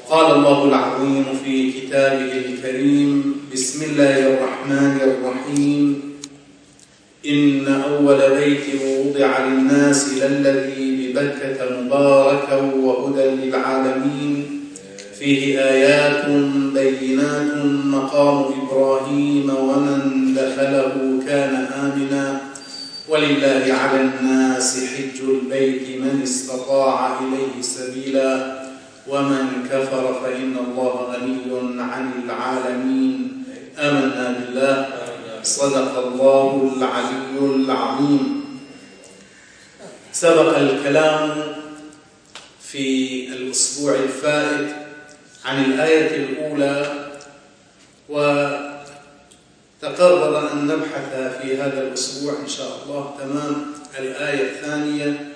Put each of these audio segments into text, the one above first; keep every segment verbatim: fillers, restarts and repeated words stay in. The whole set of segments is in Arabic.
قال الله العظيم في كتابه الكريم: بسم الله الرحمن الرحيم. إن أول بيت وضع للناس للذي ببكة مباركا وهدى للعالمين فيه آيات بينات مقام إبراهيم ومن دخله كان آمنا ولله على الناس حج البيت من استطاع إليه سبيلا ومن كفر فإن الله غني عن العالمين. آمنا بالله. صدق الله العلي العظيم. سبق الكلام في الأسبوع الفائت عن الآية الأولى، وتقرر أن نبحث في هذا الأسبوع إن شاء الله تمام الآية الثانية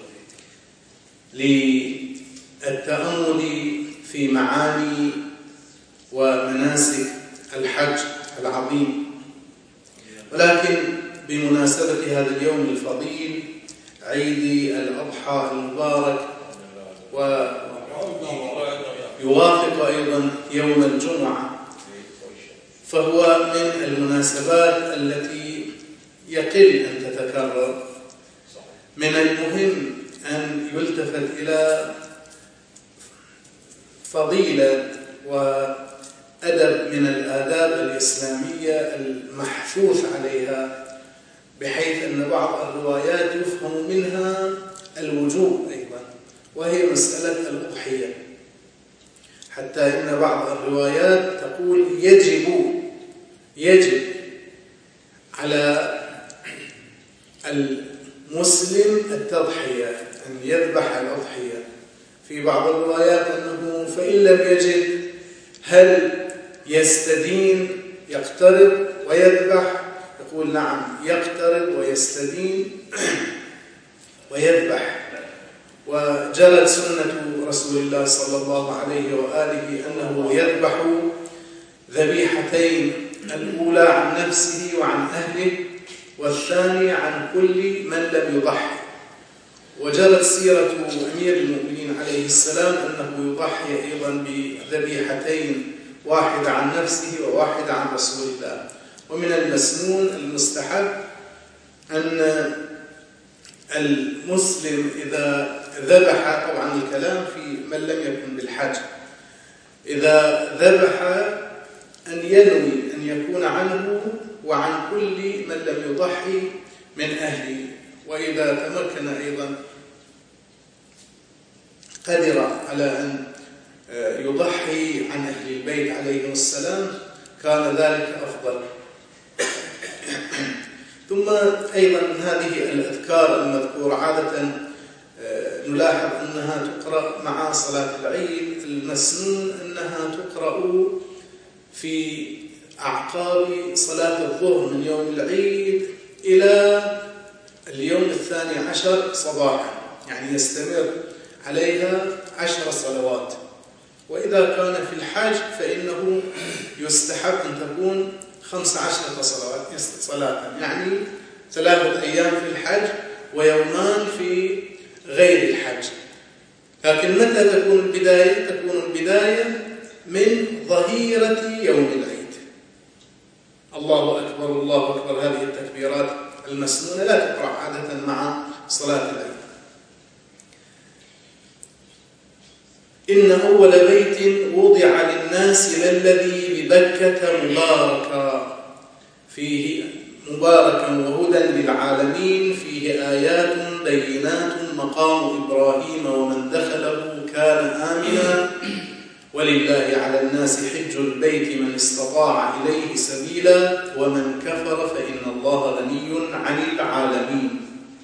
للتأمل في معاني ومناسك الحج العظيم. ولكن بمناسبة هذا اليوم الفضيل عيد الأضحى المبارك، ويوافق أيضا يوم الجمعة، فهو من المناسبات التي يقل أن تتكرر. من المهم أن يلتفت إلى فضيلة وأدب من الآداب الإسلامية المحثوث عليها، بحيث أن بعض الروايات يفهم منها الوجوب أيضا، وهي مسألة الأضحية، حتى إن بعض الروايات تقول يجب يجب على المسلم التضحية، أن يذبح الأضحية. في بعض الروايات أنه فإن لم يجد هل يستدين يقترب ويذبح؟ يقول نعم، يقترب ويستدين ويذبح. وجرت سنة رسول الله صلى الله عليه وآله أنه يذبح ذبيحتين، الأولى عن نفسه وعن أهله، والثانية عن كل من لم يضحي. وجرت سيرة أمير المؤمنين عليه السلام أنه يضحي أيضا بذبيحتين، واحدة عن نفسه وواحدة عن رسول الله. ومن المسنون المستحب أن المسلم إذا ذبح، طبعا الكلام في من لم يكن بالحج، إذا ذبح أن ينوي أن يكون عنه وعن كل من لم يضحي من أهله. وإذا تمكن أيضا قدر على أن يضحي عن أهل البيت عليهم السلام كان ذلك أفضل. ثم أيضا هذه الأذكار المذكورة عادة نلاحظ أنها تقرأ مع صلاة العيد. المسنون أنها تقرأ في أعقاب صلاة الظهر من يوم العيد إلى اليوم الثاني عشر صباحا، يعني يستمر عليها عشر صلوات. وإذا كان في الحج فإنه يستحب أن تكون خمس عشرة صلوات صلاة، يعني ثلاثة أيام في الحج ويومان في غير الحج. لكن متى تكون البداية؟ تكون البداية من ظهيرة يوم العيد. الله أكبر الله أكبر، هذه التكبيرات المسنونة لا تقرأ عادة مع صلاة العيد. إن أول بيت وضع للناس للذي ببكة مباركا فيه مباركا وهدى للعالمين فيه آيات بينات مقام إبراهيم ومن دخله كان آمنا ولله على الناس حج البيت من استطاع إليه سبيلا ومن كفر فإن الله غني عن العالمين.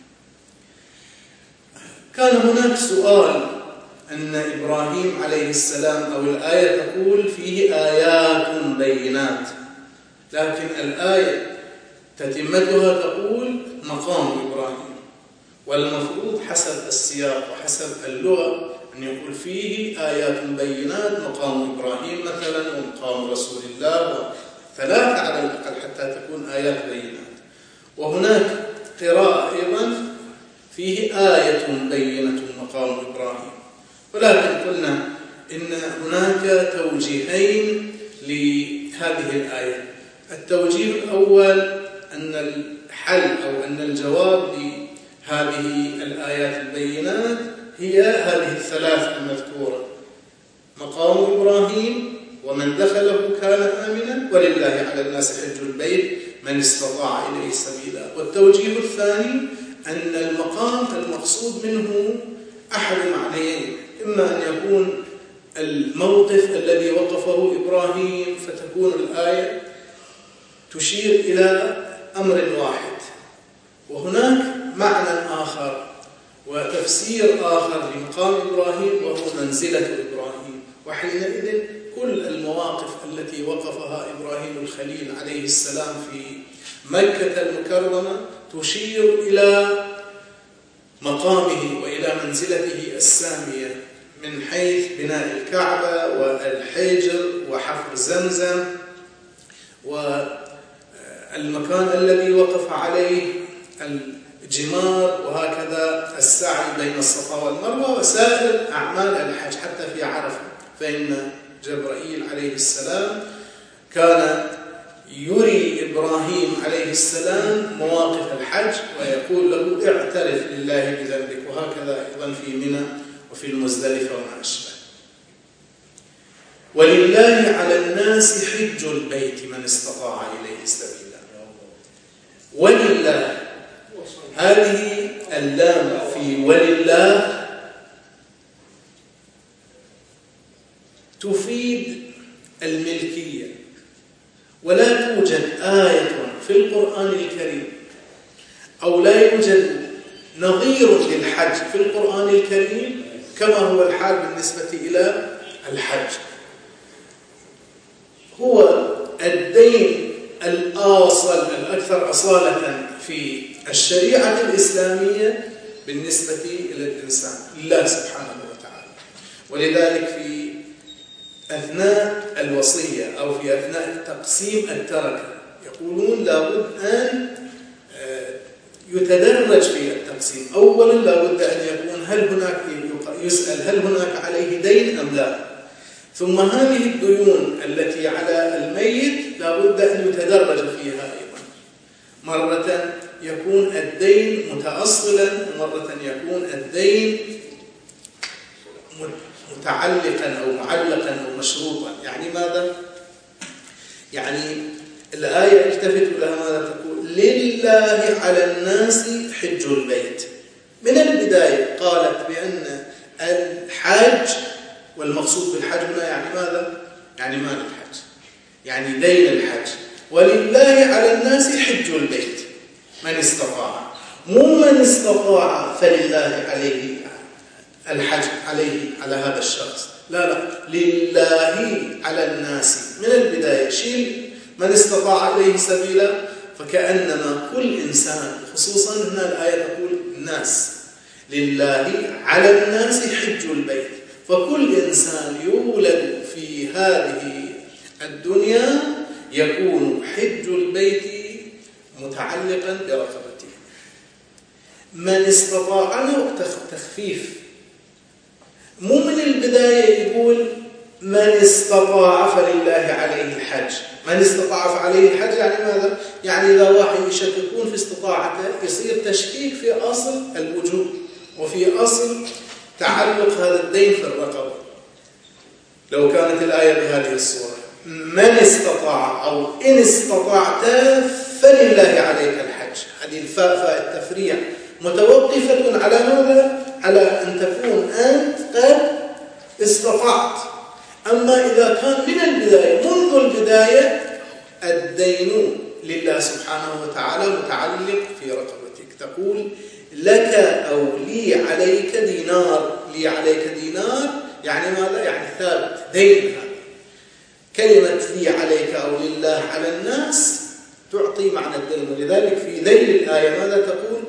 كان هناك سؤال أن إبراهيم عليه السلام، أو الآية تقول فيه آيات بينات، لكن الآية تتمتها تقول مقام إبراهيم، والمفروض حسب السياق وحسب اللغة أن يقول فيه آيات بينات مقام إبراهيم مثلا ومقام رسول الله، ثلاثة على الأقل حتى تكون آيات بينات. وهناك قراءة أيضا فيه آية بينة مقام إبراهيم، ولكن قلنا إن هناك توجيهين لهذه الآية. التوجيه الأول أن الحل أو أن الجواب لهذه الآيات البينات هي هذه الثلاث المذكورة: مقام إبراهيم ومن دخله كان آمنا ولله على الناس حج البيت من استطاع إليه سبيلا. والتوجيه الثاني أن المقام المقصود منه أحد معنيين: إما أن يكون الموقف الذي وقفه إبراهيم فتكون الآية تشير إلى أمر واحد، وهناك معنى آخر وتفسير آخر لمقام إبراهيم وهو منزلة إبراهيم. وحينئذ كل المواقف التي وقفها إبراهيم الخليل عليه السلام في مكة المكرمة تشير إلى مقامه وإلى منزلته السامية، من حيث بناء الكعبة والحجر وحفر زمزم والمكان الذي وقف عليه الجمار، وهكذا السعي بين الصفا والمروة وسائر أعمال الحج حتى في عرفة. فإن جبرائيل عليه السلام كان يري إبراهيم عليه السلام مواقف الحج ويقول له اعترف لله بذنبك، وهكذا أيضا في منى وفي المزدلفة وما أشبه. ولله على الناس حج البيت من استطاع إليه سبيلا. ولله، هذه اللام في ولله تفيد الملكية، ولا توجد آية في القرآن الكريم أو لا يوجد نظير للحج في القرآن الكريم كما هو الحال بالنسبة إلى الحج. هو الدين الأصل الأكثر أصالة في الشريعة الإسلامية بالنسبة إلى الإنسان لله سبحانه وتعالى. ولذلك في أثناء الوصية أو في أثناء تقسيم التركة يقولون لابد أن يتدرج في التقسيم. أولا لابد أن يكون هل هناك يسأل هل هناك عليه دين أم لا، ثم هذه الديون التي على الميت لابد أن يتدرج فيها أيضا. مرة يكون الدين متأصلا ومرة يكون الدين متعلقا أو معلقا أو مشروطا. يعني ماذا؟ يعني الآية التفت لها ماذا تقول؟ لله على الناس حج البيت. من البداية قالت بأن الحج، والمقصود بالحج هنا يعني ماذا؟ يعني مال الحج، يعني دين الحج. ولله على الناس حج البيت من استطاع، مو من استطاع فلله عليه الحج عليه على هذا الشخص، لا لا، لله على الناس من البداية. شيل من استطاع عليه سبيلا، فكأنما كل إنسان، خصوصا هنا الآية تقول الناس، لله على الناس حج البيت. فكل إنسان يولد في هذه الدنيا يكون حج البيت متعلقا برقبته. من استطاع له تخفيف، مو من البداية يقول من استطاع فلله عليه الحج. من استطاع فعليه الحج يعني ماذا؟ يعني إذا واحد يشككون في استطاعته يصير تشكيك في أصل الوجوب وفي أصل تعلق هذا الدين في الرقبة. لو كانت الآية بهذه الصورة من استطاع أو إن استطعت فلله عليك الحج، هذه الفاء فاء التفريع متوقفة على ماذا؟ على أن تكون أنت قد استطعت. أما إذا كان من البداية منذ البداية الدين لله سبحانه وتعالى متعلق في رقبتك، تقول لك أو لي عليك دينار، لي عليك دينار يعني ماذا؟ يعني ثابت دين. هذا كلمة لي عليك أو لله على الناس تعطي معنى الدين. ولذلك في ذيل الآية ماذا تقول؟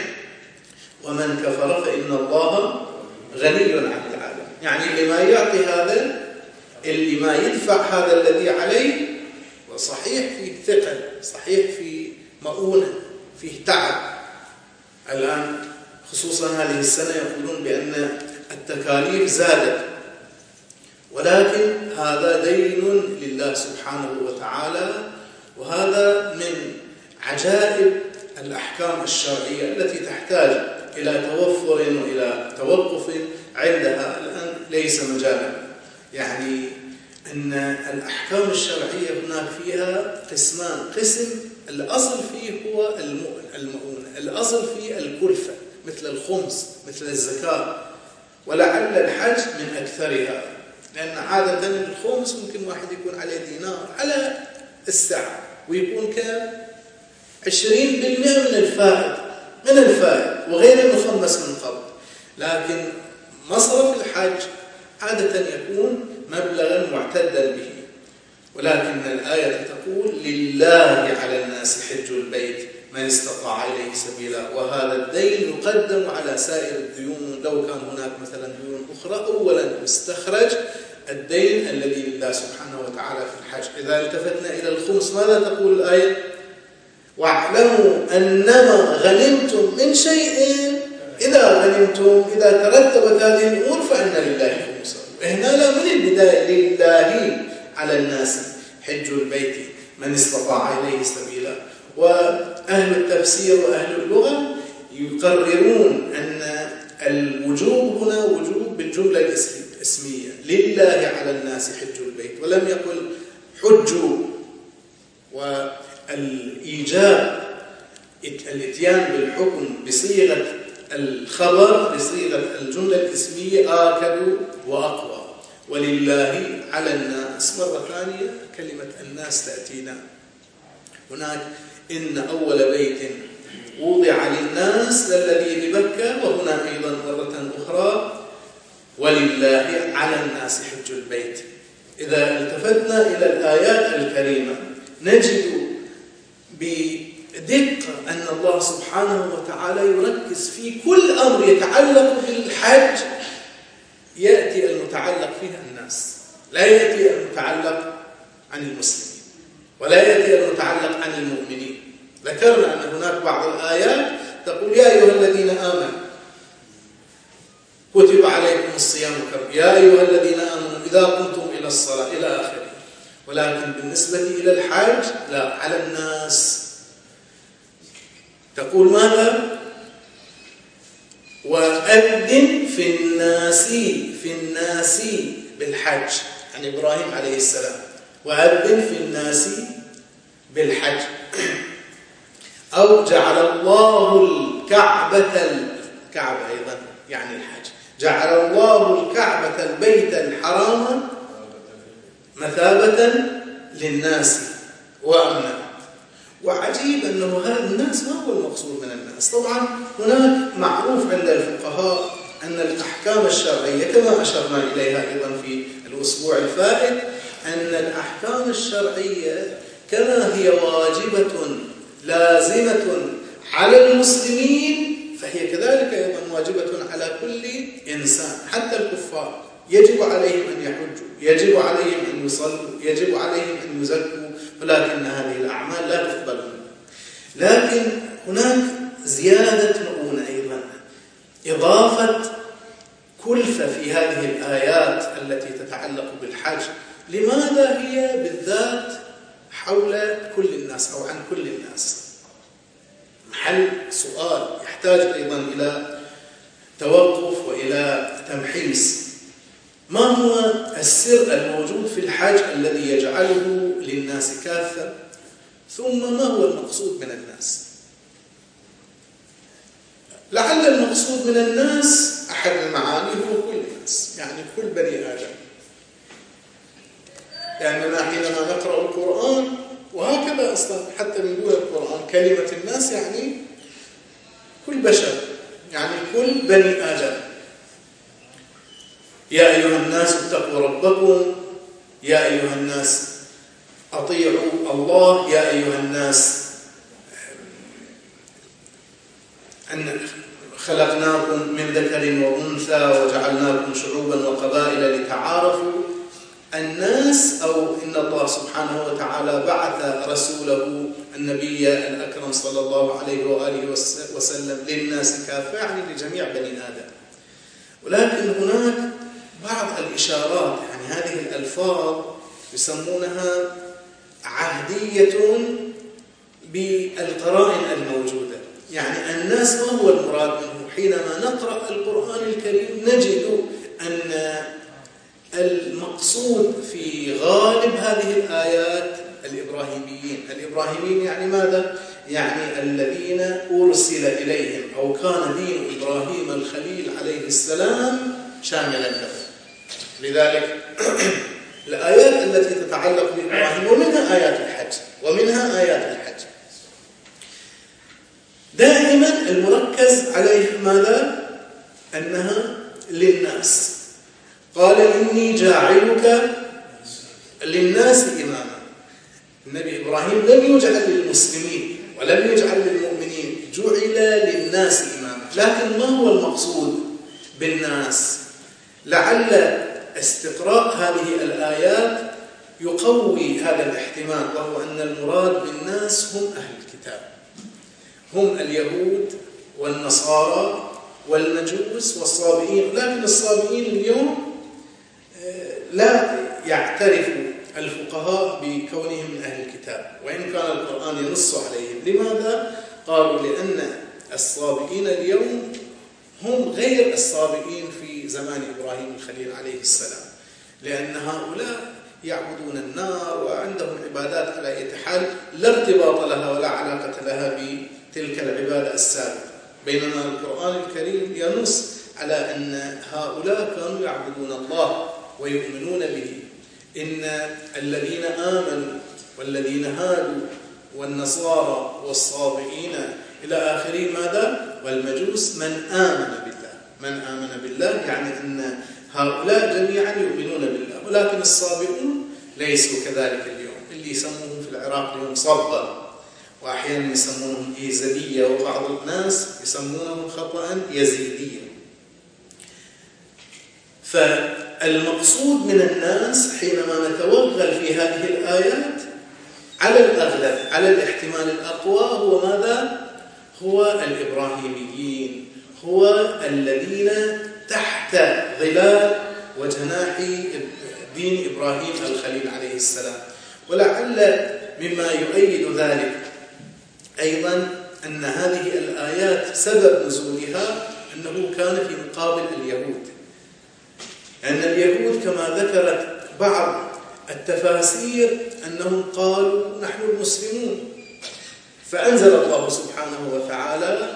ومن كفر فإن الله غني عن العالم. يعني اللي ما يعطي هذا، اللي ما يدفع هذا الذي عليه، وصحيح فيه ثقل، صحيح فيه مؤونة، فيه تعب. الآن خصوصا هذه السنة يقولون بأن التكاليف زادت ولكن هذا دين لله سبحانه وتعالى، وهذا من عجائب الأحكام الشرعية التي تحتاج إلى توفر وإلى توقف عندها الآن ليس مجالا. يعني أن الأحكام الشرعية هناك فيها قسمان، قسم الأصل فيه هو المؤونة، الأصل فيه الكلفة مثل الخمس مثل الزكاة، ولعل الحج من أكثرها، لأن عادة الخمس ممكن واحد يكون عليه دينار على الساعة ويكون كام عشرين بالمئة من الفائد من الفائد وغير المخمس من قبل. لكن مصرف الحج عادة يكون مبلغا معتدا به، ولكن الآية تقول لله على الناس حج البيت من استطاع إليه سبيلا، وهذا الدين يقدم على سائر الديون. لو كان هناك مثلا ديون أخرى أولا يستخرج الدين الذي لله سبحانه وتعالى في الحج. إذا التفتنا إلى الخمس ماذا تقول الآية؟ واعلموا أنما غنمتم من شيء إذا غنمتم إذا ترتبت هذه الأمور فإن لله خمسه. هنا لا من البداية لله على الناس حج البيت من استطاع إليه سبيلا. وأهل التفسير وأهل اللغة يقررون أن الوجوب هنا وجوب بالجملة الاسمية لله على الناس حج البيت، ولم يقل حجوا. والإيجاب الاتيان بالحكم بصيغة الخبر بصيغة الجملة الاسمية آكد وأقوى. ولله على الناس مرة ثانية كلمة الناس تأتينا هناك إن أول بيت وضع للناس الذي ببكة، وهنا أيضا مرة أخرى ولله على الناس حج البيت. إذا التفتنا إلى الآيات الكريمة نجد بدقة أن الله سبحانه وتعالى يركز في كل أمر يتعلق بالحج يأتي المتعلق فيها الناس، لا يأتي المتعلق عن المسلمين ولا يأتي المتعلق عن المؤمنين. ذكرنا أن هناك بعض الآيات تقول يا أيها الذين آمنوا كتب عليكم الصيام يا أيها الذين آمنوا إذا قمتم إلى الصلاة إلى آخره. ولكن بالنسبة إلى الحج لا، على الناس تقول ماذا؟ وأذن في الناس في الناس بالحج عن إبراهيم عليه السلام، وأذن في الناس بالحج. أو جعل الله الكعبة الكعبة أيضا يعني الحج، جعل الله الكعبة البيت الحرام مثابة للناس وأمنا. وعجيب أنه هذا الناس ما هو المقصود من الناس. طبعا هناك معروف عند الفقهاء أن الأحكام الشرعية كما أشرنا إليها أيضا في الأسبوع الفائت أن الأحكام الشرعية كما هي واجبة لازمة على المسلمين فهي كذلك أيضا واجبة على كل إنسان حتى الكفار. يجب عليهم أن يحجوا، يجب عليهم أن يصلوا، يجب عليهم أن يزكوا، ولكن هذه الأعمال لا تقبل. لكن هناك زيادة مؤونة أيضا، إضافة كلفة في هذه الآيات التي تتعلق بالحج. لماذا هي بالذات حول كل الناس أو عن كل الناس؟ محل سؤال يحتاج أيضا إلى توقف وإلى تمحيص. ما هو السر الموجود في الحج الذي يجعله للناس كافة؟ ثم ما هو المقصود من الناس؟ لعل المقصود من الناس أحد المعاني هو كل الناس، يعني كل بني آدم. لأننا يعني حينما نقرأ القرآن وهكذا أصلا حتى من دون القرآن كلمة الناس يعني كل بشر، يعني كل بني آدم. يا أيها الناس اتقوا ربكم، يا أيها الناس أطيعوا الله، يا أيها الناس أن خلقناكم من ذكر وأنثى وجعلناكم شعوبا وقبائل لتعارفوا. الناس أو إن الله سبحانه وتعالى بعث رسوله النبي الأكرم صلى الله عليه وآله وسلم للناس كافة، يعني لجميع بني آدم. ولكن هناك بعض الإشارات، يعني هذه الحفاظ يسمونها عهدية بالقرائن الموجودة. يعني الناس ما هو المراد منه؟ حينما نقرأ القرآن الكريم نجد أن المقصود في غالب هذه الآيات الإبراهيميين. الإبراهيميين يعني ماذا؟ يعني الذين أرسل إليهم، أو كان دين إبراهيم الخليل عليه السلام شاملا له. لذلك الآيات التي تتعلق بإبراهيم ومنها آيات الحج ومنها آيات الحج دائما المركز عليها ماذا؟ أنها للناس. قال إني جاعلك للناس إماما. النبي إبراهيم لم يجعل للمسلمين ولم يجعل للمؤمنين، جعل للناس إماما. لكن ما هو المقصود بالناس؟ لعل استقراء هذه الآيات يقوي هذا الاحتمال، وهو أن المراد بالناس هم أهل الكتاب، هم اليهود والنصارى والمجوس والصابئين. لكن الصابئين اليوم لا يعترف الفقهاء بكونهم من أهل الكتاب، وإن كان القرآن ينص عليهم. لماذا؟ قالوا لأن الصابئين اليوم هم غير الصابئين في زمان إبراهيم الخليل عليه السلام، لأن هؤلاء يعبدون النار وعندهم عبادات على أي حال لا ارتباط لها ولا علاقة لها بتلك العبادة السابقة. بينما القرآن الكريم ينص على أن هؤلاء كانوا يعبدون الله ويؤمنون به. إن الذين آمنوا والذين هادوا والنصارى والصابئين إلى آخره ماذا؟ والمجوس من آمن بالله. من آمن بالله يعني أن هؤلاء جميعا يؤمنون بالله، ولكن الصابئون ليسوا كذلك اليوم. اللي يسموهم في العراق اليوم صبا، وأحيانا يسمونهم إيزدية، وبعض الناس يسمونهم خطأ يزيدية. فالمقصود من الناس حينما نتوغل في هذه الآيات على الأغلب، على الاحتمال الأقوى، هو ماذا؟ هو الإبراهيميين، هو الذين تحت ظلال وجناح دين إبراهيم الخليل عليه السلام. ولعل مما يؤيد ذلك أيضا أن هذه الآيات سبب نزولها أنه كان في مقابل اليهود، أن اليهود كما ذكرت بعض التفاسير أنهم قالوا نحن المسلمون، فأنزل الله سبحانه وتعالى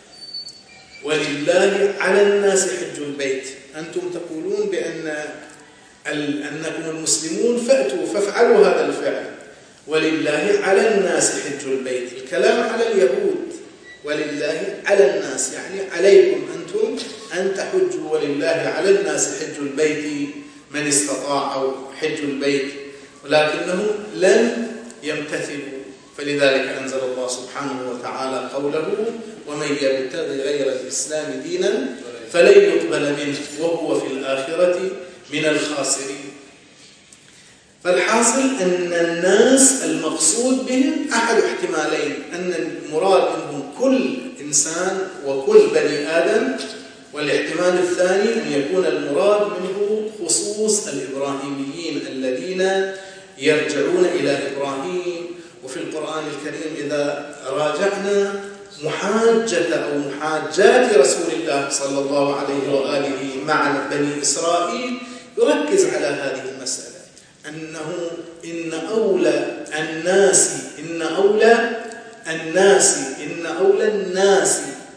ولله على الناس حج البيت. أنتم تقولون بأن أنكم المسلمون فأتوا فافعلوا هذا الفعل. ولله على الناس حج البيت، الكلام على اليهود. ولله على الناس يعني عليكم أنتم أن تحجوا، ولله على الناس حج البيت من استطاع، أو حج البيت، ولكنهم لن يمتثلوا. فلذلك أنزل الله سبحانه وتعالى قوله ومن يبتغي غير الإسلام دينا فلن يقبل منه وهو في الآخرة من الخاسرين. فالحاصل أن الناس المقصود بهم أحد احتمالين، أن المراد منهم كل إنسان وكل بني آدم، والاحتمال الثاني أن يكون المراد منه خصوص الإبراهيميين الذين يرجعون إلى إبراهيم. وفي القرآن الكريم إذا راجعنا محاجة أو محاجات رسول الله صلى الله عليه وآله مع بني إسرائيل يركز على هذه المسألة، أنه إن أولى الناس إن أولى الناس إن أولى الناس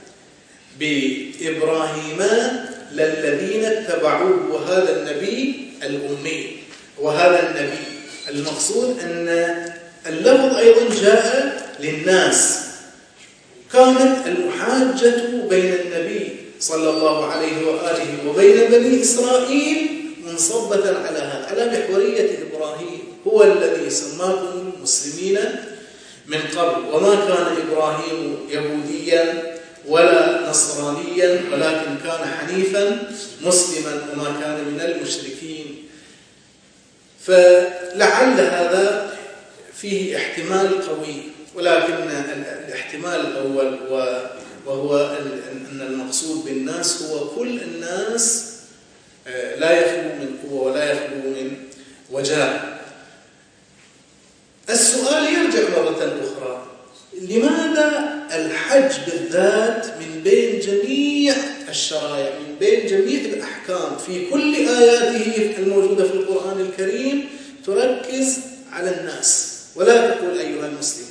بإبراهيم للذين اتبعوه، وهذا النبي الأمي وهذا النبي. المقصود أن اللفظ أيضا جاء للناس. كانت المحاجة بين النبي صلى الله عليه وآله وبين بني إسرائيل منصبة على هذا، على محورية إبراهيم. هو الذي سماكم المسلمين من قبل، وما كان إبراهيم يهوديا ولا نصرانيا، ولكن كان حنيفا مسلما وما كان من المشركين. فلعل هذا فيه احتمال قوي، ولكن الاحتمال الأول وهو أن المقصود بالناس هو كل الناس لا يخلو من قوة ولا يخلو من وجه وجاء. السؤال يرجع مرة أخرى: لماذا الحج بالذات من بين جميع الشرائع، من بين جميع الأحكام في كل آياته الموجودة في القرآن الكريم تركز على الناس ولا تقول أيها المسلمون،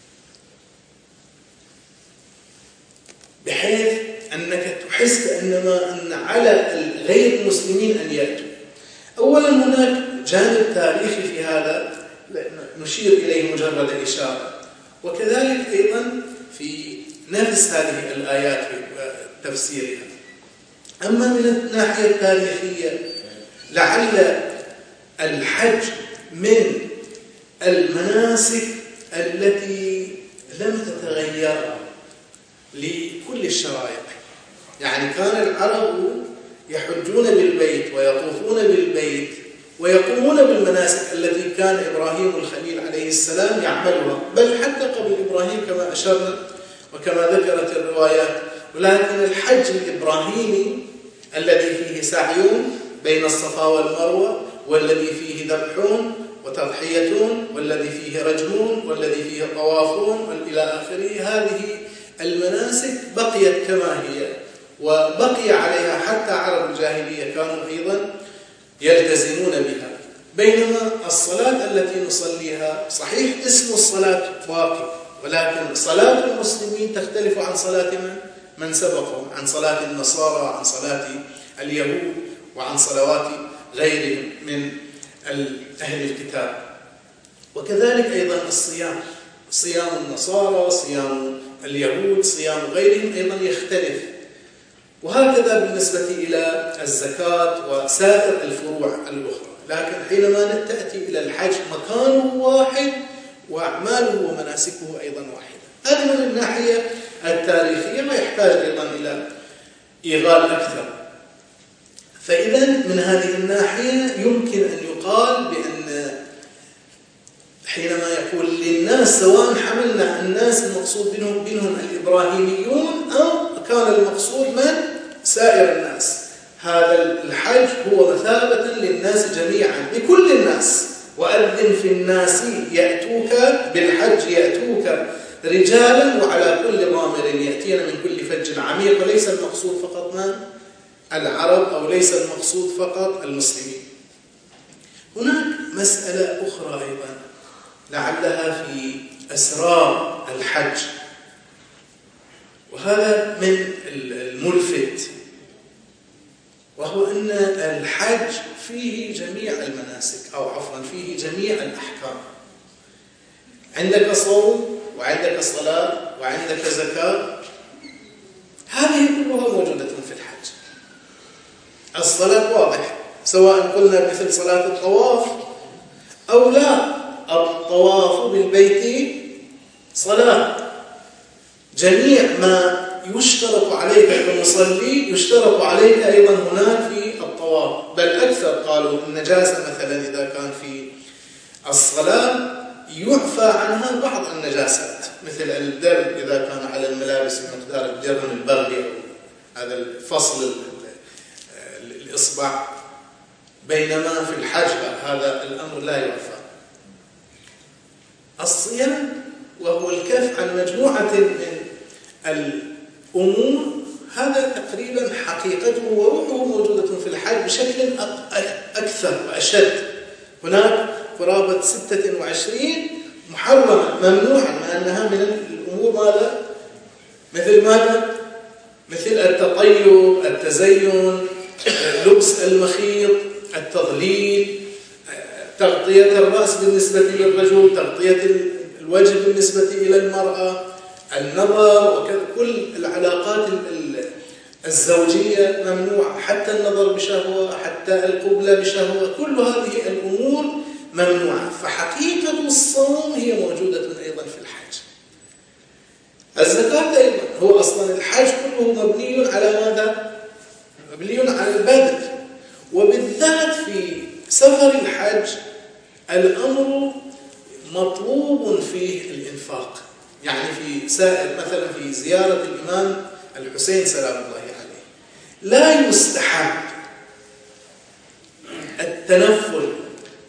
بحيث أنك تحس كأنما أن على غير المسلمين أن يأتوا؟ أولا هناك جانب تاريخي في هذا نشير إليه مجرد إشارة، وكذلك أيضا في نفس هذه الآيات وتفسيرها. أما من الناحية التاريخية، لعل الحج من المناسك التي لم تتغير لكل الشرائع. يعني كان العرب يحجون بالبيت ويطوفون بالبيت ويقومون بالمناسك التي كان إبراهيم الخليل عليه السلام يعملها، بل حتى قبل إبراهيم كما أشرنا وكما ذكرت الروايات. ولكن الحج الإبراهيمي الذي فيه سعي بين الصفا والمروة، والذي فيه ذبحون وتضحيتون، والذي فيه رجمون، والذي فيه طوافون إلى آخره، هذه المناسك بقيت كما هي وبقي عليها حتى عرب الجاهلية كانوا أيضا يلتزمون بها. بينما الصلاة التي نصليها صحيح اسم الصلاة باقي، ولكن صلاة المسلمين تختلف عن صلاة من من سبقهم، عن صلاة النصارى، عن صلاة اليهود، وعن صلوات غيرهم من أهل الكتاب. وكذلك أيضا الصيام، صيام النصارى، صيام اليهود، صيام غيرهم أيضا يختلف. وهكذا بالنسبة إلى الزكاة وسائر الفروع الأخرى. لكن حينما تأتي إلى الحج مكانه واحد وأعماله ومناسكه أيضا واحدة. هذا من الناحية التاريخية ما يحتاج أيضا إلى إيغال أكثر. فإذا من هذه الناحية يمكن أن يقال بأن حينما يقول للناس سواء حملنا الناس المقصود منهم منهم الإبراهيميون أو كان المقصود من سائر الناس، هذا الحج هو مثابة للناس جميعا، لكل الناس. وأذن في الناس يأتوك بالحج يأتوك رجالا وعلى كل ضامر يأتين من كل فج عميق. وليس المقصود فقط من العرب أو ليس المقصود فقط المسلمين. هناك مسألة أخرى أيضا لعلها في أسرار الحج، وهذا من الملفت، وهو أن الحج فيه جميع المناسك، أو عفوا فيه جميع الأحكام. عندك صوم وعندك صلاة وعندك زكاة، هذه كلها موجودة في الحج. الصلاة واضح، سواء قلنا مثل صلاة الطواف أو لا، الطواف بالبيت صلاة. جميع ما يشترط عليك كمصلي يشترط عليك أيضا هناك في الطواف، بل أكثر. قالوا النجاسة مثلا إذا كان في الصلاة يعفى عنها بعض النجاسات، مثل الدرب إذا كان على الملابس بمقدار الدرهم البغلي، هذا الفصل الإصبع، بينما في الحج هذا الأمر لا يعفى. الصيام وهو الكف عن مجموعة من الأمور، هذا تقريبا حقيقته وروحه موجودة في الحج بشكل أكثر وأشد. هناك قرابة ستة وعشرين محرمة ممنوعة، مع أنها من الأمور ماذا؟ مثل ماذا؟ مثل التطيب، التزين، لبس المخيط، التضليل، تغطية الرأس بالنسبة للرجل، تغطية الوجه بالنسبة إلى المرأة، النظر، وكل العلاقات الزوجية ممنوعة، حتى النظر بشهوة، حتى القبلة بشهوة، كل هذه الأمور ممنوعة. فحقيقة الصوم هي موجودة أيضا في الحج. الزكاة أيضا، هو أصلا الحج كله مبني على ماذا؟ مبني على البذل، وبالذات في سفر الحج الأمر مطلوب فيه الإنفاق. يعني في سائر مثلا في زيارة الإمام الحسين سلام الله عليه لا يستحب التنفل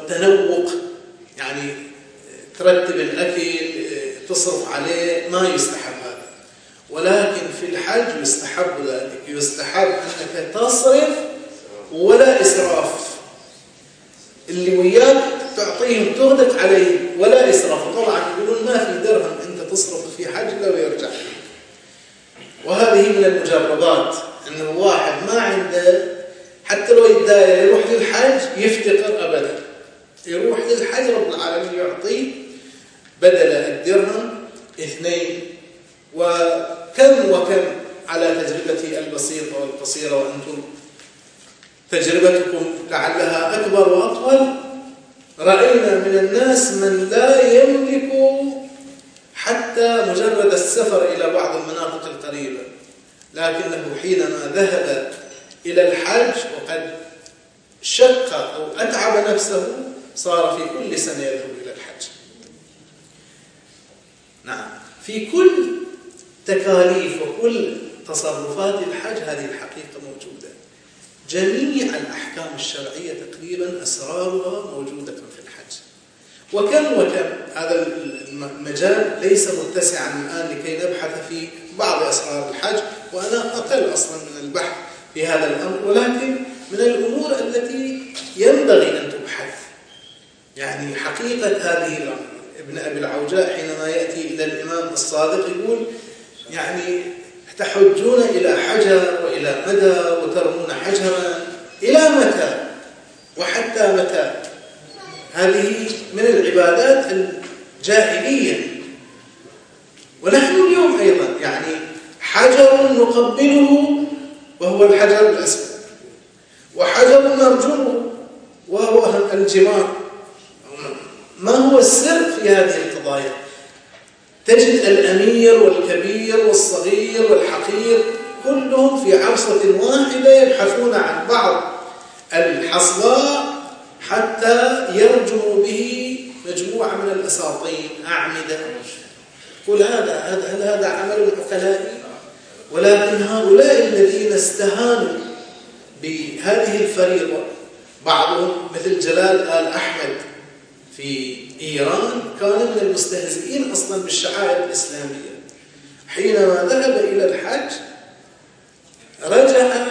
والتنوق، يعني ترتب الأكل تصرف عليه، ما يستحب هذا. ولكن في الحج يستحب ذلك، يستحب أنك تصرف ولا إسراف، اللي وياك تعطيهم تغدق عليهم ولا إسراف. طبعا يقولون ما في درهم أنت تصرف في حج لو يرجع. وهذه من المجربات، أن الواحد ما عنده حتى لو يتداير يروح للحج يفتقر أبدا، يروح للحج رب العالمين يعطيه بدل الدرهم اثنين. وكم وكم على تجربتي البسيطة والقصيرة، وأنتم تجربتكم لعلها أكبر وأطول، رأينا من الناس من لا يملك حتى مجرد السفر إلى بعض المناطق القريبة، لكنه حينما ذهب إلى الحج وقد شق أو أتعب نفسه صار في كل سنة يذهب إلى الحج. نعم، في كل تكاليف وكل تصرفات الحج هذه الحقيقة موجودة. جميع الأحكام الشرعية تقريبا أسرارها موجودة في الحج. وكم وكم هذا المجال ليس متسعا الآن لكي نبحث في بعض أسرار الحج، وأنا أقل أصلا من البحث في هذا الأمر، ولكن من الأمور التي ينبغي أن تبحث. يعني حقيقة هذه الأمر، ابن أبي العوجاء حينما يأتي إلى الإمام الصادق يقول يعني تحجون إلى حجر وإلى مدى وترمون حجرا إلى متى وحتى متى؟ هذه من العبادات الجاهلية. ونحن اليوم أيضا يعني حجر نقبله وهو الحجر الأسود، وحجر نرجمه وهو الجمار. ما هو السر في هذه القضايا؟ تجد الأمير والكبير والصغير والحقير كلهم في عرصة واحدة يبحثون عن بعض الحصباء حتى يرجموا به مجموعة من الأساطين أعمدة. قل هذا هل هذا عمل عقلاء؟ ولكن هؤلاء الذين استهانوا بهذه الفريضة، بعضهم مثل جلال آل أحمد في إيران كان من المستهزئين أصلا بالشعائر الإسلامية، حينما ذهب إلى الحج رجع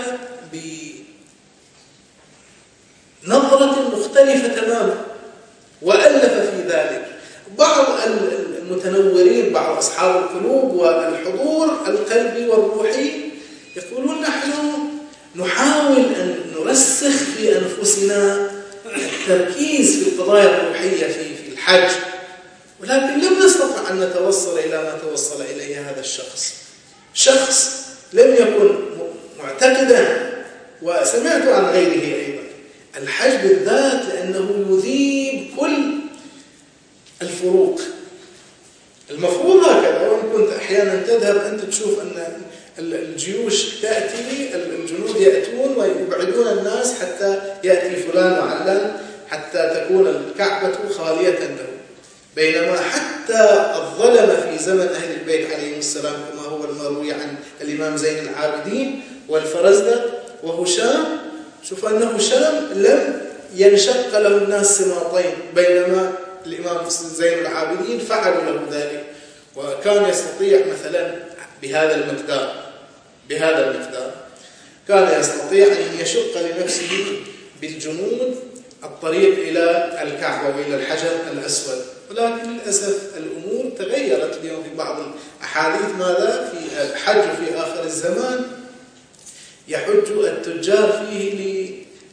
بنظرة مختلفة تماما وألف في ذلك. بعض المتنورين، بعض أصحاب القلوب والحضور القلبي والروحي يقولون نحن نحاول أن نرسخ في أنفسنا التركيز في القضايا الروحية في في الحج، ولكن لم نستطع أن نتوصل إلى ما توصل إليه هذا الشخص. شخص لم يكن معتقدا، وسمعت عن غيره أيضا، الحج بالذات لأنه يذيب كل الفروق. المفروض هكذا، وإن كنت أحيانا تذهب أنت تشوف أن الجيوش تأتي، الجنود يأتون ويبعدون الناس حتى يأتي فلان وعلان حتى تكون الكعبة خالية له، بينما حتى الظلم في زمن أهل البيت عليهم السلام كما هو المروي عن الإمام زين العابدين والفرزدق وهشام، شوف أن هشام لم ينشق له الناس سماطين، بينما الإمام زين العابدين فعلوا له ذلك، وكان يستطيع مثلا بهذا المقدار بهذا المقدار كان يستطيع أن يشق لنفسه بالجنود الطريق إلى الكعبة وإلى الحجر الأسود. ولكن للأسف الأمور تغيرت اليوم في بعض الأحاديث. ماذا؟ في الحج في آخر الزمان يحج التجار فيه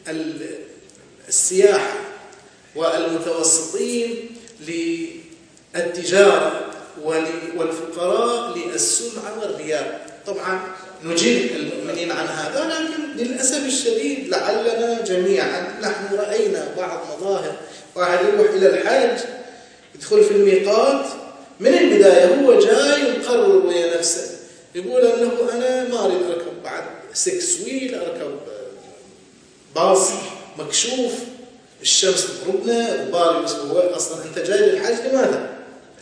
للسياحة والمتوسطين للتجارة والفقراء للسمعة والرياء. طبعا نجيب المؤمنين عن هذا، لكن للأسف الشديد لعلنا جميعا نحن رأينا بعض مظاهر. واحد يروح إلى الحج يدخل في الميقات من البداية هو جاي مقرر ويا نفسه، يقول أنه أنا ما أريد أركب بعد سكس ويل، أركب باص مكشوف، الشمس تضربنا وباري، بس هو أصلا أنت جاي للحج لماذا؟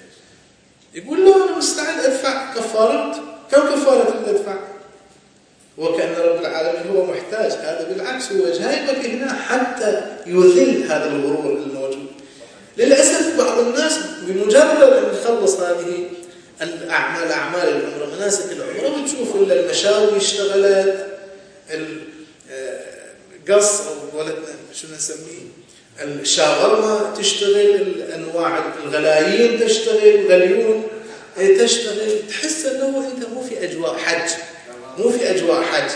يقول له أنا مستعد أدفع كفارة. كم كفارة أدفع؟ وكأن رب العالمين هو محتاج. هذا بالعكس هو جايبك هنا حتى يذل هذا الغرور الموجود. للأسف بعض الناس بمجرد أن يخلص هذه الأعمال أعمال العمرة مناسك العمرة وتشوف إلا المشاوي اشتغلت، القص أو ولا شو نسميه الشاورما تشتغل، أنواع الغلايين تشتغل، غليون تشتغل، تحس أنه أنت مو في أجواء حج، مو في أجواء حج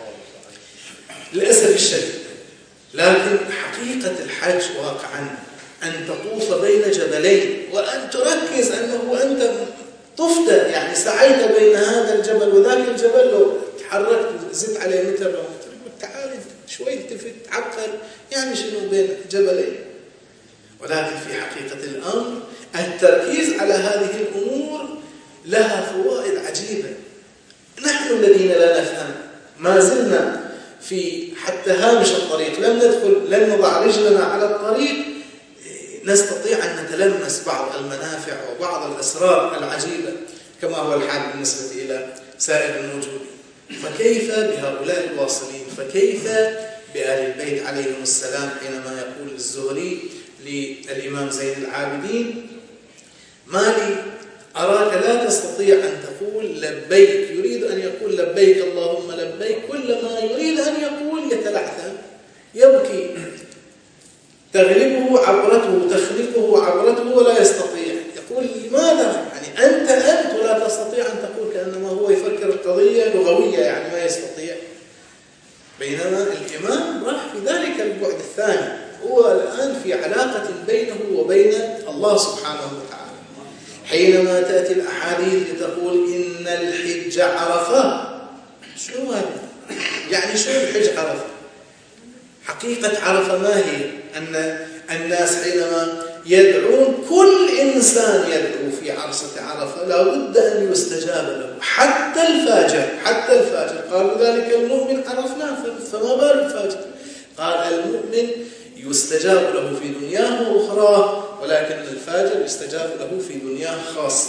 للأسف الشديد. لكن حقيقة الحج واقعا أن تطوف بين جبلين وأن تركز أنه أنت طفت يعني سعيت بين هذا الجبل وذاك الجبل، لو تحركت زدت عليه متر لو متر تعال شوي التفت عقل يعني شنو بين جبلين. ولكن في حقيقة الأمر التركيز على هذه الأمور لها فوائد عجيبة. نحن الذين لا نفهم ما زلنا في حتى هامش الطريق، لم ندخل لن نضع رجلنا على الطريق نستطيع أن نتلمس بعض المنافع وبعض الأسرار العجيبة كما هو الحال بالنسبة إلى سائر الموجودين. فكيف بهؤلاء الواصلين؟ فكيف بآل البيت عليهم السلام؟ حينما يقول الزهري للإمام زين العابدين: ما لي أراك لا تستطيع أن تقول لبيك، يريد أن يقول لبيك اللهم لبيك، كلما يريد أن يقول يتلعثم يبكي، تغلبه عبرته تخلفه عبرته ولا يستطيع. يقول لماذا؟ يعني أنت أنت ولا تستطيع أن تقول، كأنما هو يفكر القضية لغوية يعني ما يستطيع. بينما الإمام راح في ذلك البعد الثاني، هو الآن في علاقة بينه وبين الله سبحانه وتعالى. حينما تأتي الأحاديث لتقول إن الحج عرفة، شو هذا؟ يعني شو الحج عرفة؟ حقيقة عرفة ما هي؟ أن الناس حينما يدعون، كل إنسان يدعو في عرصة عرفة لا بد أن يستجاب له، حتى الفاجر، حتى الفاجر. قالوا ذلك المؤمن عرفناه فما بال الفاجر؟ قال المؤمن يستجاب له في دنياه وأخراه، ولكن الفاجر يستجاب له في دنياه خاصة.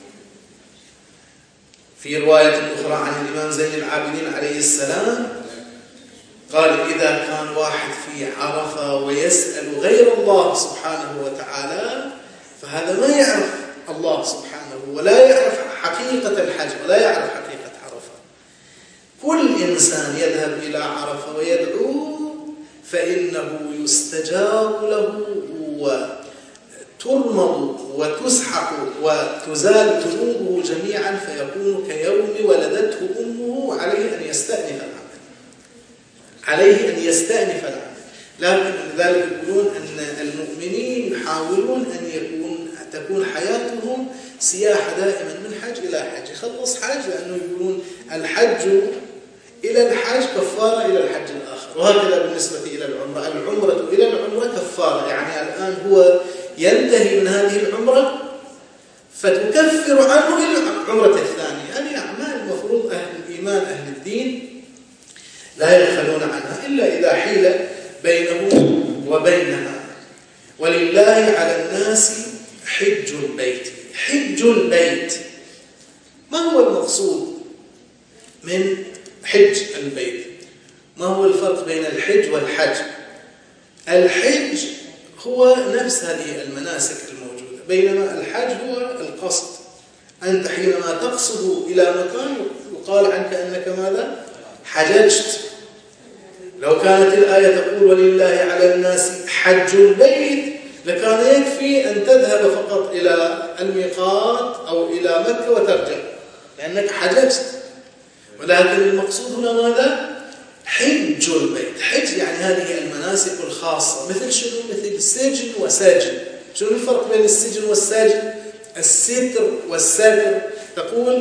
في رواية أخرى عن الإمام زين العابدين عليه السلام قال: إذا كان واحد في عرفة ويسأل غير الله سبحانه وتعالى فهذا ما يعرف الله سبحانه ولا يعرف حقيقة الحج ولا يعرف حقيقة عرفة. كل إنسان يذهب إلى عرفة ويدعو فإنه يستجاب له وترمض وتسحق وتزال ذنوبه جميعا فيكون كيوم ولدته أمه. عليه أن يستأنف العمل، عليه أن يستأنف العمل. لكن لذلك يقولون أن المؤمنين يحاولون أن يكون تكون حياتهم سياحة دائما من حج إلى حج، يخلص حج، لأنه يقولون الحج إلى الحج كفارة إلى الحج الآخر. وهكذا بالنسبة إلى العمرة، العمرة إلى العمرة كفارة. يعني الآن هو ينتهي من هذه العمرة فتكفر عنه إلى العمرة الثانية. هذه أعمال المفروض أهل الإيمان أهل الدين لا يغفلون عنها إلا إذا حيل بينه وبينها. ولله على الناس حج البيت. حج البيت ما هو المقصود من حج البيت؟ ما هو الفرق بين الحج والحج؟ الحج هو نفس هذه المناسك الموجودة، بينما الحج هو القصد. أنت حينما تقصد إلى مكان يقال عنك أنك ماذا؟ حججت. لو كانت الآية تقول ولله على الناس حج البيت لكان يكفي أن تذهب فقط إلى الميقات أو إلى مكة وترجع لأنك حججت. ولكن المقصود هنا ماذا؟ حج البيت. حج يعني هذه المناسك الخاصة، مثل شنو؟ مثل سجن وساجن. شنو الفرق بين السجن والساجن؟ الستر والساتر. تقول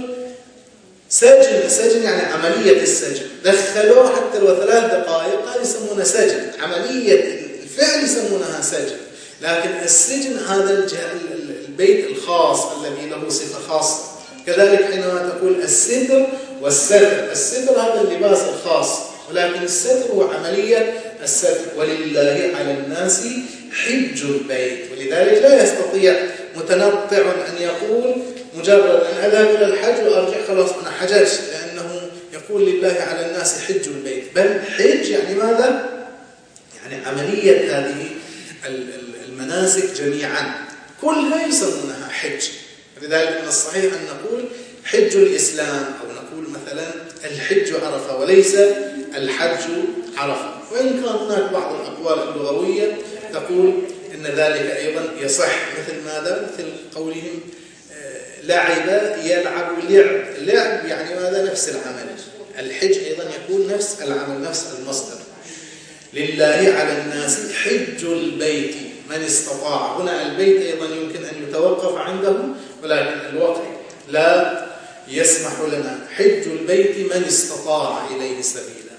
سجن، سجن يعني عملية السجن، دخلوه حتى لو ثلاث دقائق هذه يسمونها سجن، عملية الفعل يسمونها سجن. لكن السجن هذا البيت الخاص الذي له صفة خاصة. كذلك حينما تقول الستر والستر، الستر هذا اللباس الخاص، ولكن الستر هو عملية الستر. ولله على الناس حج البيت. ولذلك لا يستطيع متنطع أن يقول مجرد أن أذهب إلى الحج وأرجع خلاص أنا حججت، لأنه يقول لله على الناس حج البيت، بل حج يعني ماذا؟ يعني عملية هذه المناسك جميعا كلها يسمونها حج. لذلك من الصحيح أن نقول حج الإسلام، أو نقول مثلا الحج عرفة وليس الحج عرفة. وإن كان هناك بعض الأقوال اللغوية تقول إن ذلك أيضا يصح، مثل ماذا؟ مثل قولهم لعب يلعب لعب، لعب يعني ماذا؟ نفس العمل. الحج أيضا يكون نفس العمل، نفس المصدر. لله على الناس حج البيت من استطاع. هنا البيت أيضا يمكن أن يتوقف عنده، ولكن الوقت لا يسمح لنا. حج البيت من استطاع إليه سبيلا،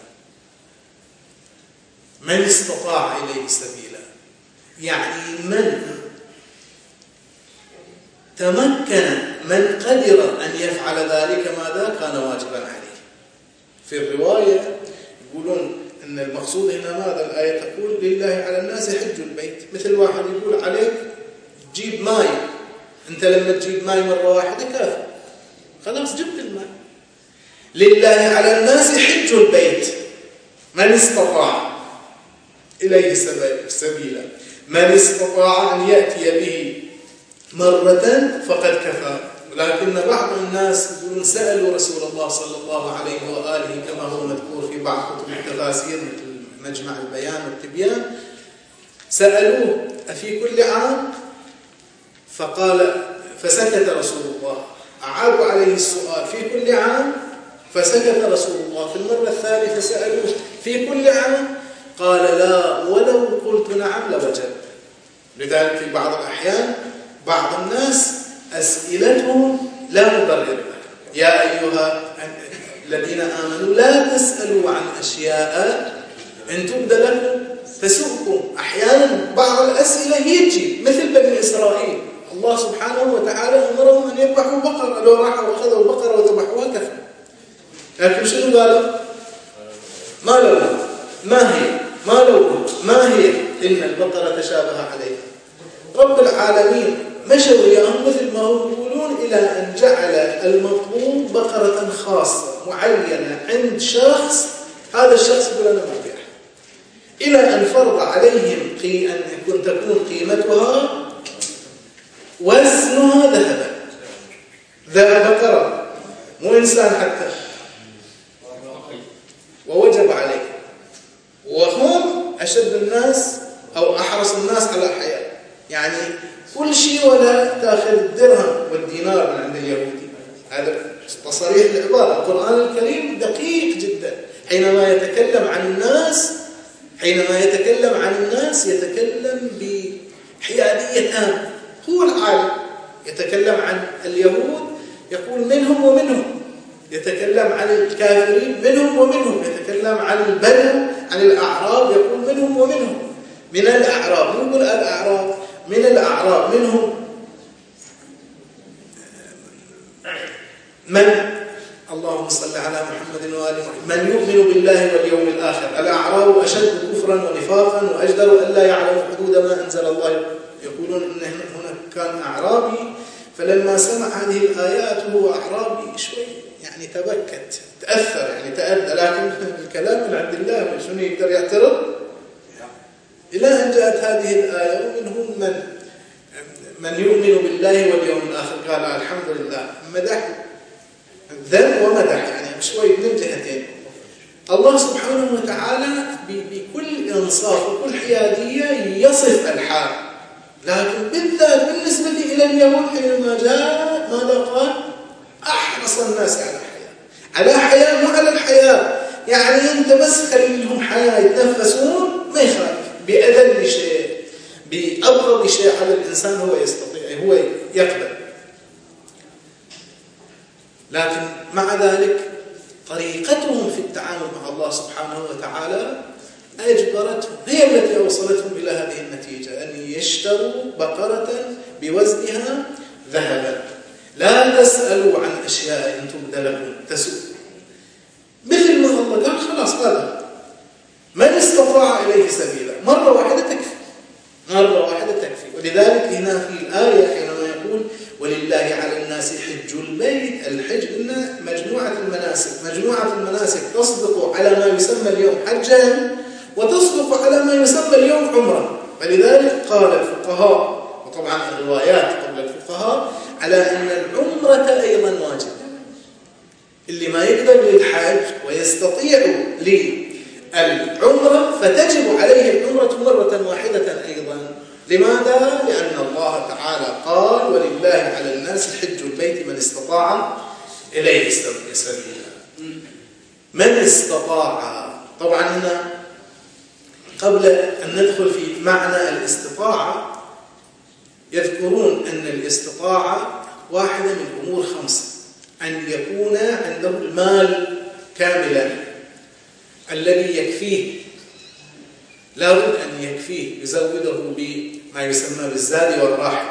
من استطاع إليه سبيلا يعني من تمكن، من قدر أن يفعل ذلك ماذا؟ كان واجبا عليه. في الرواية يقولون أن المقصود هنا ماذا؟ الآية تقول لله على الناس حج البيت. مثل واحد يقول عليك جيب ماء، أنت لما تجيب ماء مرة واحدة كافي، خلاص جبت الماء. لله على الناس حج البيت من استطاع إليه سبيلا، من استطاع أن يأتي به مرة فقد كفى. ولكن بعض الناس يقولون سألوا رسول الله صلى الله عليه وآله كما هو مذكور في بعض كتب التفاسير مثل مجمع البيان والتبيان، سألوه أفي كل عام؟ فقال فسكت رسول الله. أعادوا عليه السؤال في كل عام؟ فسكت رسول الله. في المرة الثالثة سألوه في كل عام؟ قال لا، ولو قلت نعم لوجب. لذلك في بعض الأحيان بعض الناس أسئلتهم لا مبرر لها. يا أيها الذين آمنوا لا تسألوا عن أشياء إن تبد لكم تسؤكم. أحيانا بعض الأسئلة يجي مثل بني إسرائيل، الله سبحانه وتعالى أمرهم أن يذبحوا بقرة، لو راحوا وأخذوا بقرة وذبحوها كفى. لكن شنو قالوا؟ ما لونها؟ ما هي؟ ما لونها؟ ما هي؟ إن البقرة تشابه عليها. رب العالمين مشوا وياهم مثل ما هم يقولون إلى أن جعل المطلوب بقرة خاصة معينة عند شخص، هذا الشخص يقول أنا ما أبيعها، إلى أن فرض عليهم قي أن تكون قيمتها وزنها ذهبا، ذهب بقرة مو إنسان حتى، ووجب عليه. وهم أشد الناس أو أحرص الناس على الحياة، يعني كل شيء ولا تأخذ الدرهم والدينار من عند اليهودي. هذا تصريح العبارة. القرآن الكريم دقيق جدا حينما يتكلم عن الناس، حينما يتكلم عن الناس يتكلم بحيادية تامة. هو العالم يتكلم عن اليهود يقول منهم ومنهم، يتكلم عن الكافرين منهم ومنهم، يتكلم عن البدو عن الأعراب يقول منهم ومنهم. من الأعراب يقول الأعراب، من الأعراب منهم من اللهم صل على محمد وآل محمد من يؤمن بالله واليوم الآخر. الأعراب أشد كفرا ونفاقا وأجدر أن لا يعلموا حدود ما أنزل الله. يقولون إن هنا كان أعرابي فلما سمع هذه الآيات هو أعرابي شوي يعني تبكت تأثر يعني تأذى، لكن الكلام من عند الله شنو يقدر يعترض؟ إلى أن جاءت هذه الآية ومنهم من من يؤمن بالله واليوم الآخر. قال الحمد لله، مدح ذم ومدح يعني شوي من الجهتين. الله سبحانه وتعالى بكل إنصاف وكل حيادية يصف الحال، لكن بالذات بالنسبة إلى اليوم حينما جاء ماذا قال؟ أحرص الناس على الحياة، على حياة مو على الحياة. يعني أنت بس خلي لهم حياة يتنفسون ما يخالف، بأذل شيء بأبغض شيء على الإنسان هو يستطيع هو يقبل. لكن مع ذلك طريقتهم في التعامل مع الله سبحانه وتعالى أجبرتهم، هي التي أوصلتهم إلى هذه النتيجة، أن يشتروا بقرة بوزنها ذهبا. لا تسألوا عن أشياء إن تبد لكم تسؤ. مثل ما الله قال خلاص هذا من استطاع إليه سبيلا، مرة واحدة تكفي، مرة واحدة تكفي. ولذلك هنا في الآية حينما يقول ولله على الناس الناس حج البيت. الحج إن مجموعة المناسك، مجموعة المناسك تصدق على ما يسمى اليوم حجا وتصدق على ما يسمى اليوم عمرة. فلذلك قال الفقهاء، وطبعا الروايات قبل الفقهاء، على أن العمرة أيضا واجب. اللي ما يقدر للحج ويستطيع للعمرة فتجب عليه العمرة مرة واحدة أيضا. لماذا؟ لأن الله تعالى قال: ولله على الناس حج البيت من استطاع إليه سبيلا. من استطاع، طبعا هنا قبل أن ندخل في معنى الاستطاعة يذكرون أن الاستطاعة واحدة من أمور خمسة: أن يكون عنده المال كاملا الذي يكفيه، لا بد أن يكفيه، يزوده بما يسمى بالزاد والراحل،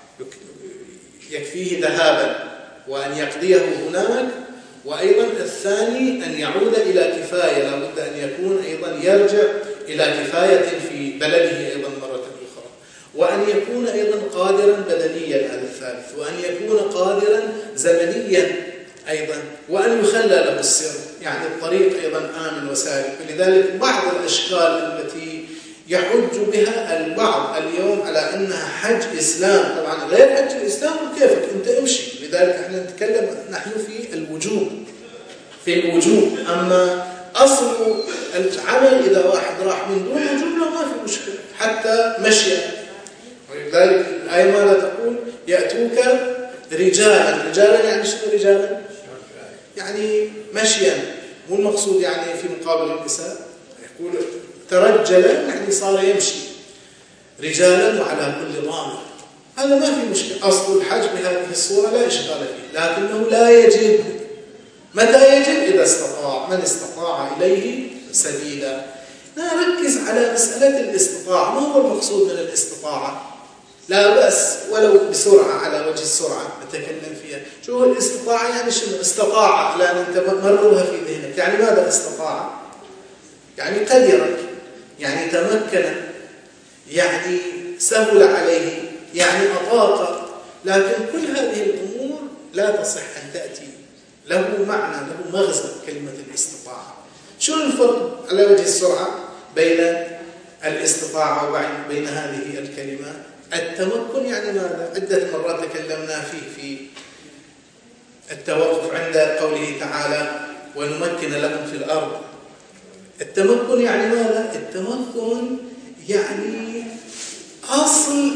يكفيه ذهابا وأن يقضيه هناك، وأيضا الثاني أن يعود إلى كفاية، لا بد أن يكون أيضا يرجع إلى كفاية في بلده أيضا مرة أخرى، وأن يكون أيضا قادرا بدنيا، هذا الثالث، وأن يكون قادرا زمنيا أيضا، وأن يخلى له السر، يعني الطريق أيضا آمن وسالك. ولذلك بعض الأشكال التي يحج بها البعض اليوم على أنها حج إسلام، طبعا غير حج الإسلام وكيفك أنت امشي. لذلك احنا نتكلم نحن في الوجوب، في الوجوب. أما أصل العمل إذا واحد راح من دون وجوب لا، ما في مشكلة، حتى مشيا. ولذلك الآية ما لا تقول يأتوك رجالا. رجالا يعني شنو رجالا؟ يعني مشيا، مو المقصود يعني في مقابل النساء. يقول ترجل يعني صار يمشي رجالا وعلى كل ضامر، هذا ما في مشكلة. أصل الحج بهذه الصورة لا إشكال فيه، لكنه لا يجب. متى يجب؟ إذا استطاع، من استطاع إليه سبيلا. نركز على مسألة الاستطاعة. ما هو المقصود من الاستطاعة؟ لا بأس ولو بسرعة، على وجه السرعة نتكلم فيها. شو هو الاستطاعة؟ يعني شنو استطاع؟ لا أنت مررها في ذهنك. يعني ماذا استطاع؟ يعني قدر، يعني تمكن، يعني سهل عليه، يعني أطاق. لكن كل هذه الأمور لا تصح أن تأتي له معنى، له مغزى كلمة الاستطاعة. شو الفرق على وجه السرعة بين الاستطاعة وبين هذه الكلمات؟ التمكن يعني ماذا؟ عدة مرات تكلمنا فيه في التوقف عند قوله تعالى: ونمكن لهم في الأرض. التمكن يعني ماذا؟ التمكن يعني أصل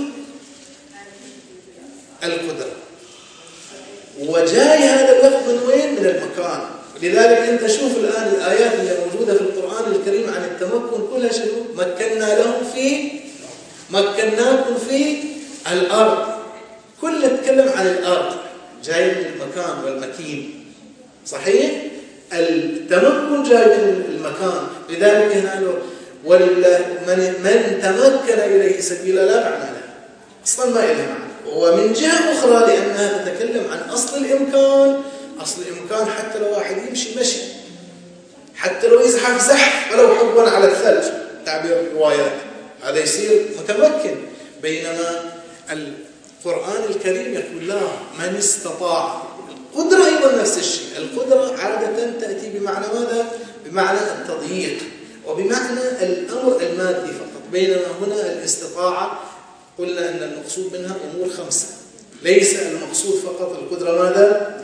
القدرة. وجاي هذا اللفظ من وين؟ من المكان. لذلك أنت شوف الآن الآيات اللي موجودة في القرآن الكريم عن التمكن كلها شنو؟ مكنا لهم في، مكناكم في الأرض. كلها تتكلم عن الأرض، جاي من المكان والمكين. صحيح؟ التمكن جاي من المكان. لذلك هنا ولله من, من تمكن إليه سبيلا لا معنى له، أصلا ما إلها معنى. ومن جهة أخرى لأنها تتكلم عن أصل الإمكان. أصل الإمكان حتى لو واحد يمشي مشي، حتى لو يزحف زحف ولو حبا على الثلج، تعبير الروايات، هذا يصير متمكن. بينما القرآن الكريم يقول لا، من استطاع. القدرة أيضا نفس الشيء. القدرة عادة تأتي بمعنى ماذا؟ بمعنى التضييق وبمعنى الأمر المادي فقط. بينما هنا الاستطاعة قلنا أن المقصود منها أمور خمسة، ليس المقصود فقط القدرة ماذا؟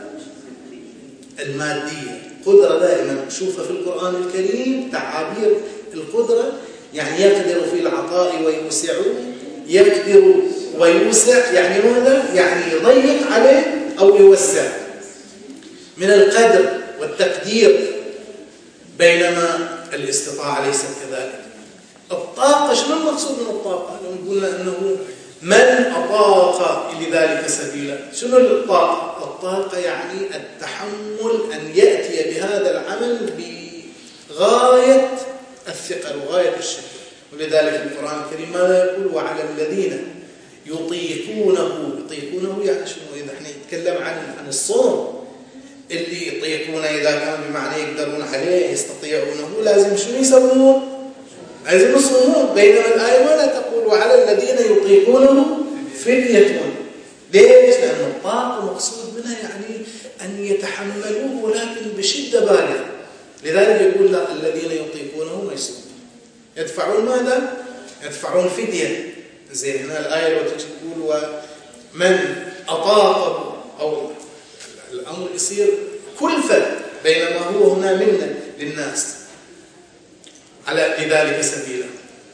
المادية. القدرة دائما نشوفها في القرآن الكريم تعابير القدرة، يعني يقدر في العطاء ويوسع، يقدر ويوسع يعني ماذا؟ يعني يضيق عليه أو يوسع، من القدر والتقدير. بينما الاستطاعة ليست كذلك. الطاقة، شنو المقصود من الطاقة؟ لو قلنا أنه من أطاق لذلك سبيلا. شنو الطاقة؟ الطاقة يعني التحمل، أن يأتي بهذا العمل بغاية الثقل وغاية الشدة. ولذلك القرآن الكريم ماذا يقول؟ وعلى الذين يطيقونه. يطيقونه يعني شنو؟ إذا احنا نتكلم عن عن الصوم، اللي يطيقونه إذا كان بمعنى يقدرون عليه يستطيعونه، لازم شنو يسوون؟ لازم يصومون. بينما الآية ما لا تقول وعلى الذين يطيقونه فدية. ليش؟ لأن الطاقة مقصود المقصود منها يعني أن يتحملوه ولكن بشدة بالغة. لذلك يقول لا الذين يطيقونه ما يسوون يدفعون ماذا؟ يدفعون فدية. زي هنا الآية لو تقول ومن أطاق أو الأمر يصير كلفة بينما هو هنا منة للناس على لذلك سبيلا.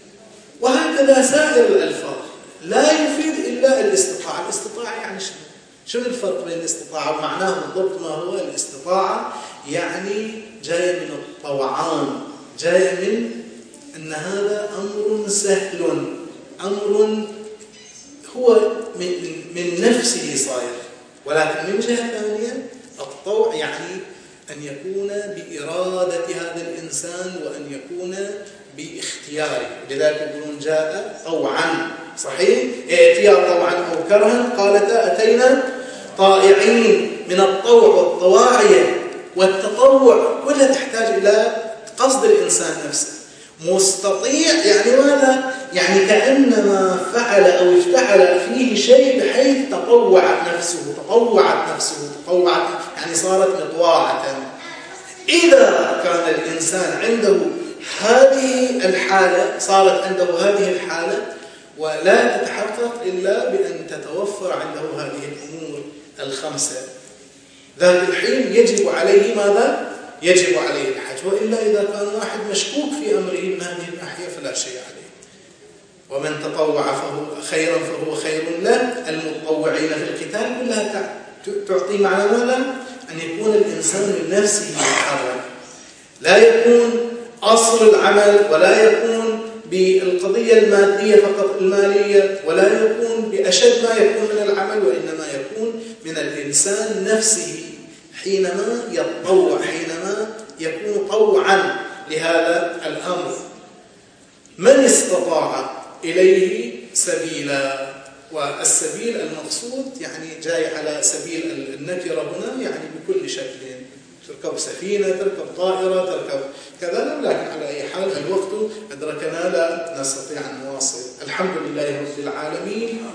وهكذا سائر الألفاظ لا يفيد إلا الاستطاعة. الاستطاعة يعني شنو؟ شنو الفرق بين الاستطاعة ومعناه بالضبط؟ ما هو الاستطاعة؟ يعني جاية من الطوعان، جاية من أن هذا أمر سهل، أمر هو من, من نفسه صاير. ولكن من جهة ثانية الطوع يعني أن يكون بإرادة هذا الإنسان وأن يكون باختياره. لذلك يقولون جاء طوعا، صحيح؟ ائتيا طوعا أو كرها قالتا أتينا طائعين. من الطوع والطواعية والتطوع كلها تحتاج إلى قصد الإنسان نفسه. مستطيع يعني ماذا؟ يعني كأنما فعل أو افتعل فيه شيء بحيث تطوعت نفسه تطوعت نفسه تطوعت يعني صارت مطواعة. إذا كان الإنسان عنده هذه الحالة، صارت عنده هذه الحالة ولا تتحقق إلا بأن تتوفر عنده هذه الأمور الخمسة، ذات الحين يجب عليه ماذا؟ يجب عليه الحج. وإلا إذا كان واحد مشكوك في أمره من هذه الناحية فلا شيء عليه. ومن تطوع فهو خيرا فهو خير له. المتطوعين في القتال كلها تعطي معنى ماذا؟ أن يكون الإنسان من نفسه يتحرك، لا يكون أصل العمل ولا يكون بالقضية المادية فقط المالية ولا يكون بأشد ما يكون من العمل، وإنما يكون من الإنسان نفسه حينما يتطوع، حينما يكون طوعا لهذا الأمر. من استطاع إليه سبيلا. والسبيل المقصود يعني جاي على سبيل النكرة هنا يعني بكل شكل، تركب سفينة، تركب طائرة، تركب كذا. لكن على أي حال الوقت أدركنا لا نستطيع أن نواصل. الحمد لله رب العالمين.